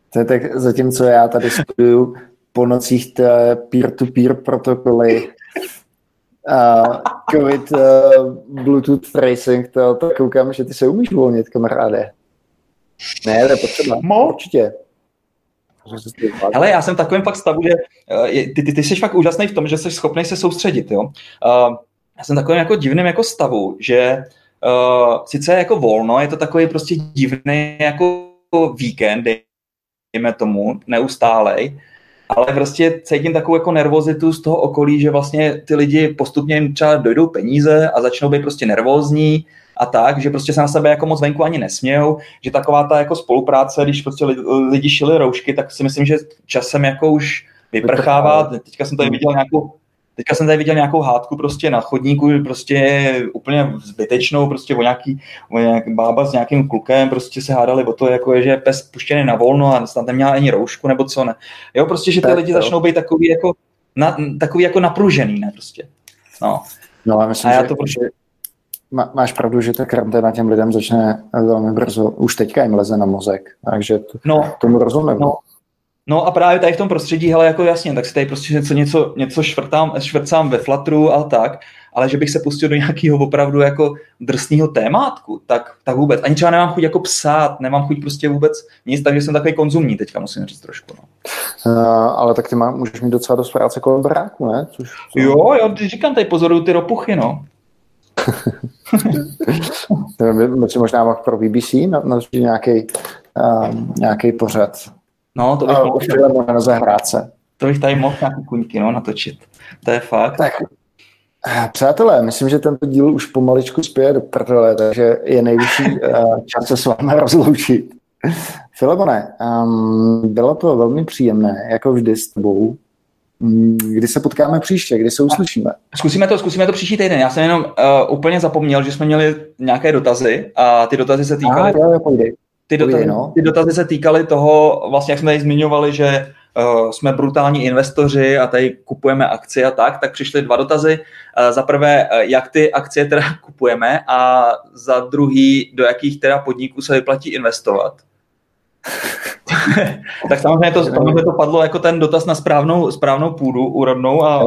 To je tak, zatímco já tady studuju po nocích peer-to-peer protokoly a COVID Bluetooth tracing, to koukám, že ty se umíš uvolnit, kamaráde. Ne, to je potřeba, určitě. Hele, já jsem v takovém fakt stavu, že ty jsi fakt úžasný v tom, že jsi schopný se soustředit, jo. Já jsem takovým jako divným jako stavu, že sice je jako volno, je to takový prostě divný jako víkend, dejme tomu, neustálej, ale prostě cítím takovou jako nervozitu z toho okolí, že vlastně ty lidi postupně jim třeba dojdou peníze a začnou být prostě nervózní a tak, že prostě se na sebe jako moc venku ani nesmějou, že taková ta jako spolupráce, když prostě lidi šili roušky, tak si myslím, že časem jako už vyprchává. Teďka jsem tady viděl nějakou hádku prostě na chodníku, prostě úplně zbytečnou, prostě o nějaký bába s nějakým klukem, prostě se hádali o to, jako je, že je pes puštěný na volno a snad neměla ani roušku, nebo co ne. Jo, prostě, že ty lidi začnou být takový jako napružený, ne prostě. No a myslím, že máš pravdu, že ta karanténa těm lidem začne velmi brzo, už teďka jim leze na mozek, takže tomu rozumím. No a právě tady v tom prostředí, hele, jako jasně, tak si tady prostě něco švrcám ve Flutteru a tak, ale že bych se pustil do nějakého opravdu jako drsného témátku, tak vůbec. Ani třeba nemám chuť jako psát, nemám chuť prostě vůbec nic, takže jsem takový konzumní teďka, musím říct trošku. Ale tak ty můžeš mít docela dost práce kolem baráku, ne? Jo, říkám, tady pozoruju ty ropuchy, no. My si možná mohl pro BBC nějaký pořad. No, to bych mohl na zahrádce. To bych tady mohl nějaký kuňky natočit. To je fakt. Tak, přátelé, myslím, že tento díl už pomaličku spěje do prdele, takže je nejvyšší čas se s vámi rozloučit. Filemone, bylo to velmi příjemné, jako vždy s tebou. Kdy se potkáme příště, kdy se uslyšíme? Zkusíme to příští týden. Já jsem jenom úplně zapomněl, že jsme měli nějaké dotazy a ty dotazy se týkaly... Ty dotazy se týkaly toho, vlastně jak jsme tady zmiňovali, že jsme brutální investoři a tady kupujeme akcie a tak přišly 2 dotazy. Za prvé, jak ty akcie teda kupujeme a za druhý, do jakých teda podniků se vyplatí investovat. Tak samozřejmě to padlo jako ten dotaz na správnou půdu úrodnou a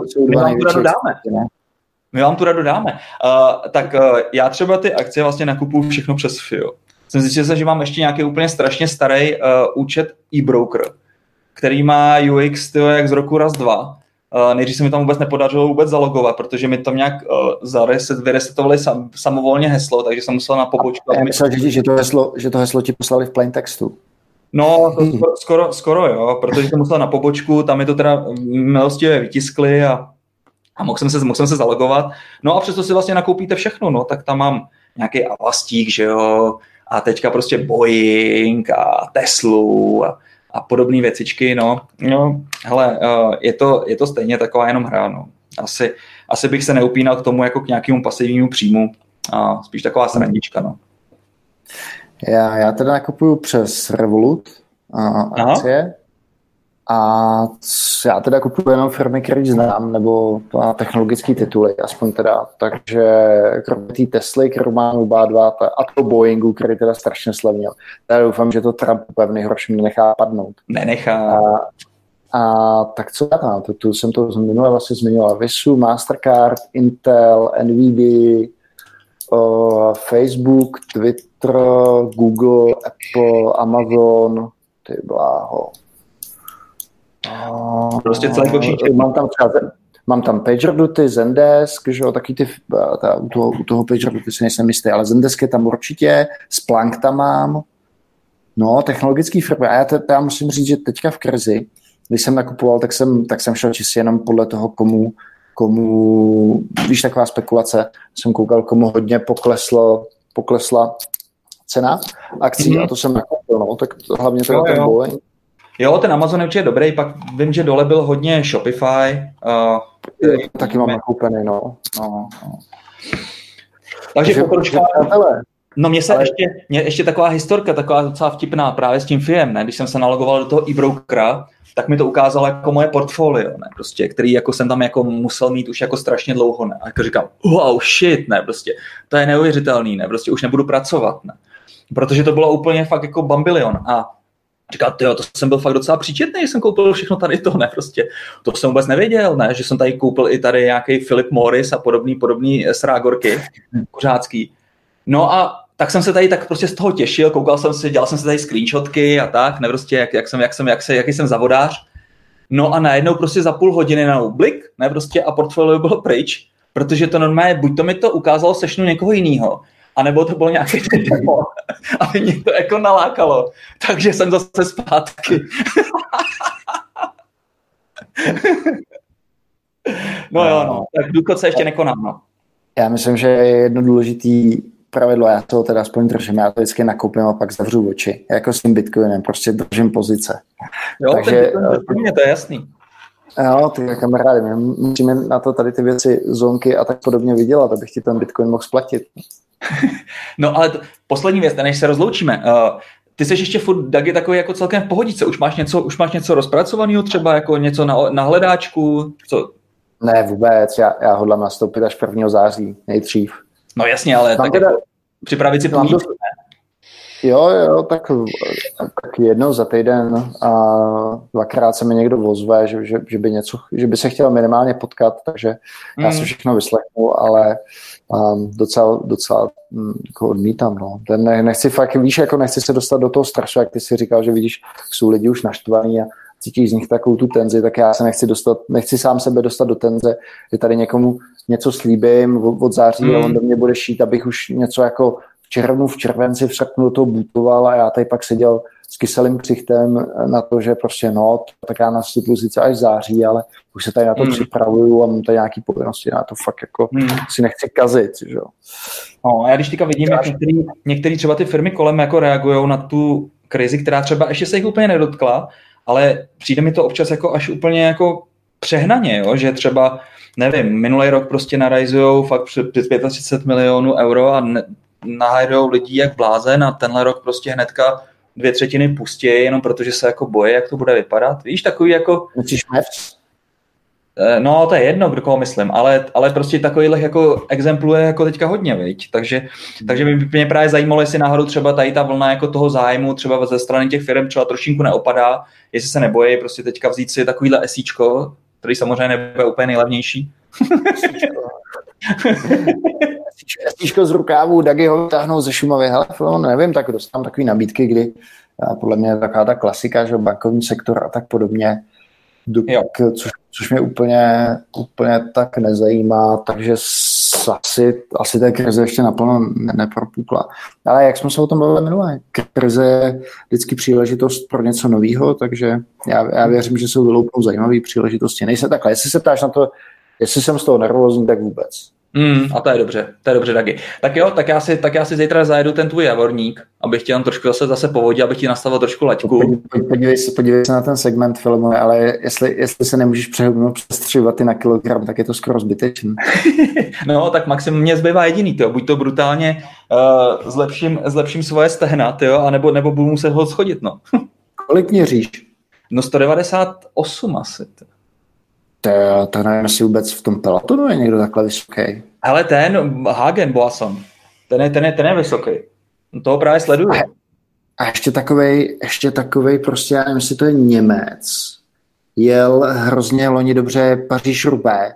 my vám tu radu dáme. Tak já třeba ty akcie vlastně nakupuju všechno přes FIO. Jsem zjistil, že mám ještě nějaký úplně strašně starý účet eBroker, který má UX jak z roku raz 2. Nejdřív se mi tam vůbec nepodařilo vůbec zalogovat, protože mi tam nějak vyresetovali samovolně heslo, takže jsem musel na pobočku. Já myslel, že to heslo ti poslali v plain textu. No, to skoro jo, protože jsem musel na pobočku, tam mi to teda milostivě vytiskli a mohl jsem se zalogovat. No a přesto si vlastně nakoupíte všechno, no, tak tam mám nějaký Avastík, že jo, a teďka prostě Boeing a Teslu a podobné věcičky, no. Hele, je to stejně taková jenom hra, no. Asi bych se neupínal k tomu jako k nějakému pasivnímu příjmu, a spíš taková srandička, no. Já teda nakupuju přes Revolut akcie a já teda kupuju jenom firmy, které znám, nebo technologické tituly, aspoň teda. Takže kromě té Tesly, kterou mám oba dva, a to Boeingu, který teda strašně slevnil. Já doufám, že to Trump pevný hrošem nenechá padnout. Nenechá. A tak co já tam? Tu jsem to minule vlastně zmiňoval. Visu, Mastercard, Intel, Nvidia, Facebook, Twitter, Google, Apple, Amazon, ty bláho. Prostě celý počítač. Mám tam PagerDuty, Zendesk, že jo, taky u toho PagerDuty si nejsem jistý, ale Zendesk je tam určitě, Splunk tam mám, no, technologický firmy. A já musím říct, že teďka v krizi, když jsem nakupoval, tak jsem šel čistě jenom podle toho, komu, víš, taková spekulace, jsem koukal, komu hodně poklesla cena akcí a to jsem nakoupil, no, tak hlavně to ten Boeing. Jo, ten Amazon je určitě dobrý, pak vím, že dole byl hodně Shopify. Taky mám nakoupený, no. Takže pokročka. No mě ještě taková historka, taková docela vtipná právě s tím FIEM, ne? Když jsem se nalogoval do toho eBrokera, tak mi to ukázalo jako moje portfolio, ne? Prostě, který jako jsem tam jako musel mít už jako strašně dlouho, ne? A jako říkám, wow, shit, ne? Prostě, to je neuvěřitelný, ne? Prostě už nebudu pracovat, ne? Protože to bylo úplně fakt jako bambilion. A Říkal, tyjo, to jsem byl fakt docela příčetný, že jsem koupil všechno tady to, ne, prostě. To jsem vůbec nevěděl, ne, že jsem tady koupil i tady nějaký Philip Morris a podobný srágorky kuřácký. No a tak jsem se tady tak prostě z toho těšil, koukal jsem si, dělal jsem si tady screenshotky a tak, ne, prostě jaký jsem zavodář. No a najednou prostě za půl hodiny na blik, ne, prostě a portfolio bylo pryč, protože to normálně, buď to mi to ukázalo sešnu někoho jinýho, anebo to bylo nějaké demo, aby mě to jako nalákalo. Takže jsem zase zpátky. No jo, no. Tak důchod se ještě nekoná, no. Já myslím, že je jedno důležitý pravidlo, já to teda aspoň držím, já to vždycky nakoupím a pak zavřu oči. Jako s tím Bitcoinem, prostě držím pozice. Jo, takže to je jasný. Jo, ty kamarády, my musíme na to tady ty věci, zónky a tak podobně vydělat, abych ti ten Bitcoin mohl splatit. No ale poslední věc, než se rozloučíme. Ty jsi ještě furt, Dagi, takový jako celkem v pohodice. Už máš něco rozpracovaného, třeba jako něco na hledáčku? Co? Ne, vůbec. Já hodlám nastoupit až 1. září, nejdřív. No jasně, ale tak teda, jako připravit si půjčku, ne? Jo, tak jednou za týden a dvakrát se mi někdo ozve, že by se chtěl minimálně potkat, takže já si všechno vyslechnu, ale docela jako odmítám. No. Nechci fakt, víš, jako nechci se dostat do toho stresu, jak ty si říkal, že vidíš, jsou lidi už naštvaný a cítíš z nich takovou tu tenzi, tak já se nechci sám sebe dostat do tenze, že tady někomu něco slíbím od září a on do mě bude šít, abych už něco jako v červenci v srpnu do toho bootoval a já tady pak seděl s kyselým ksichtem na to, že prostě no, tak já nastupuji sice až září, ale už se tady na to připravuju a mám tady nějaký povinnosti, na to fakt jako si nechci kazit, že jo. No, a já když teďka vidím, jak některý třeba ty firmy kolem jako reagujou na tu krizi, která třeba ještě se jich úplně nedotkla, ale přijde mi to občas jako až úplně jako přehnaně, jo? Že třeba, nevím, minulý rok prostě narajzujou fakt přes 35 milionů euro a nahajrujou lidí jak blázen a tenhle rok prostě hnedka 2/3 pustí, jenom protože se jako bojí, jak to bude vypadat. Víš, takový jako... No, to je jedno, kdo koho myslím, ale prostě takovýhle jako exemplů je jako teďka hodně, viď? Takže mě právě zajímalo, jestli náhodou třeba tady ta vlna jako toho zájmu třeba ze strany těch firm třeba trošinku neopadá, jestli se nebojí prostě teďka vzít si takovýhle esíčko, který samozřejmě nebude úplně nejlevnější. Esíčko z rukávu, Dagi ho vytáhnou ze Šumavy, hele, nevím, tak dostám takový nabídky, kdy podle mě je taková ta klasika, že bankovní sektor a tak podobně, což mě úplně tak nezajímá, takže asi ta krize ještě naplno nepropukla. Ale jak jsme se o tom bavili minule, krize je vždycky příležitost pro něco nového, takže já věřím, že jsou vyloupnou zajímavé příležitosti. Nejsem takhle, jestli se ptáš na to, jestli jsem z toho nervózní, tak vůbec. A to je dobře, Dagi. Tak jo, tak já si zítra zajedu ten tvůj Javorník, abych ti tam trošku zase povodil, abych ti nastavil trošku laťku. Podívej se na ten segment filmu, ale jestli se nemůžeš přehubnout přes 3 waty na kilogram, tak je to skoro zbytečný. No, tak maximum mě zbývá jediný, tyjo. Buď to brutálně zlepším svoje stehna, tyjo, anebo budu muset ho schodit, no. Kolik měříš? No 198 asi, tyjo. To nevím, jestli vůbec v tom pelotonu je někdo takhle vysoký. Ale ten Hagen Boasson, ten je vysoký. Toho právě sleduju. A ještě takovej prostě, já nevím, jestli to je Němec, jel hrozně loni dobře Paříž-Roubaix.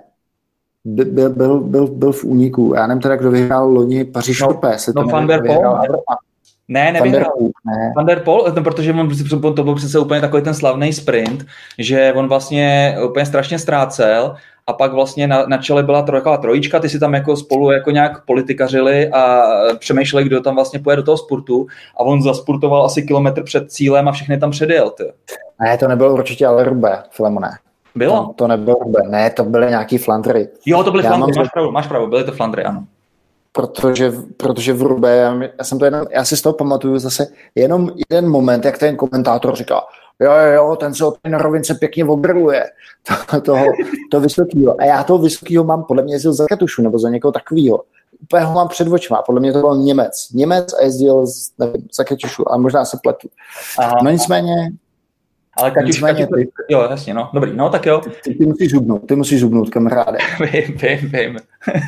Byl v úniku. Já nevím teda, kdo vyhrál loni Paříž-Roubaix. Van der Poel. Nevyhrál. Van der Poel, protože to byl přece úplně takový ten slavný sprint, že on vlastně úplně strašně ztrácel a pak vlastně na čele byla trojička, ty si tam jako spolu jako nějak politikařili a přemýšleli, kdo tam vlastně pojede do toho spurtu a on zaspurtoval asi kilometr před cílem a všechny tam předjel. Ty. Ne, to nebylo určitě ale Roubaix, Filemone. Bylo? To nebylo Roubaix, ne, to byly nějaký Flandry. Jo, to byly Flandry, máš pravdu, byly to Flandry, ano. Protože v Roubaix, já si z toho pamatuju zase jenom jeden moment, jak ten komentátor říká, jo, ten se na rovince pěkně ogriluje, toho vysokýho. A já toho vysokýho mám, podle mě jezdil za Katušu, nebo za někoho takovýho. Úplně ho mám před očima, podle mě to byl Němec a jezdil za Katušu, a možná se pletu. Aha. No nicméně... Ale Kaťuška, jo, jasně, no, dobrý, no, tak jo. Ty musíš zubnout, kamaráde. Vím.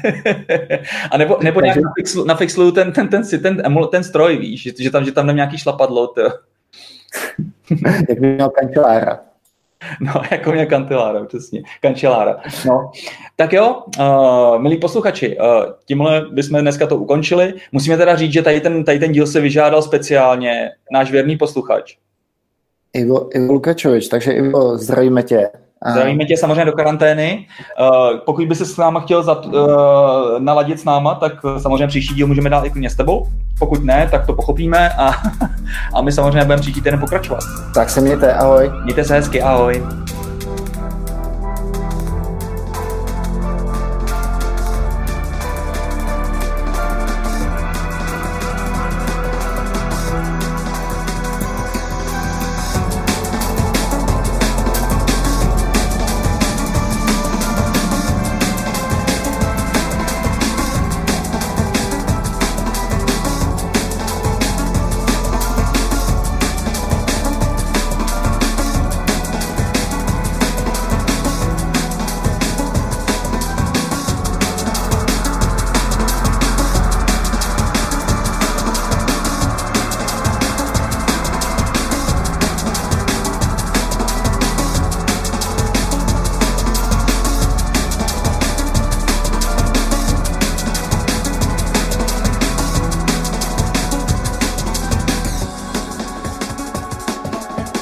A nebo nějak nafixluju ten stroj, víš, že tam jdem nějaký šlapadlo, to. Jak by měl kancelára. No, jako mě kancelára, přesně. Kancelára. No. Tak jo, milí posluchači, tímhle bychom dneska to ukončili. Musíme teda říct, že tady ten díl se vyžádal speciálně náš věrný posluchač. Ivo Lukačovič, takže Ivo, zdravíme tě. Zdravíme tě samozřejmě do karantény. Pokud by se s náma chtěl naladit s náma, tak samozřejmě příští díl můžeme dát i klidně s tebou. Pokud ne, tak to pochopíme a my samozřejmě budeme příští týden pokračovat. Tak se mějte, ahoj. Mějte se hezky, ahoj.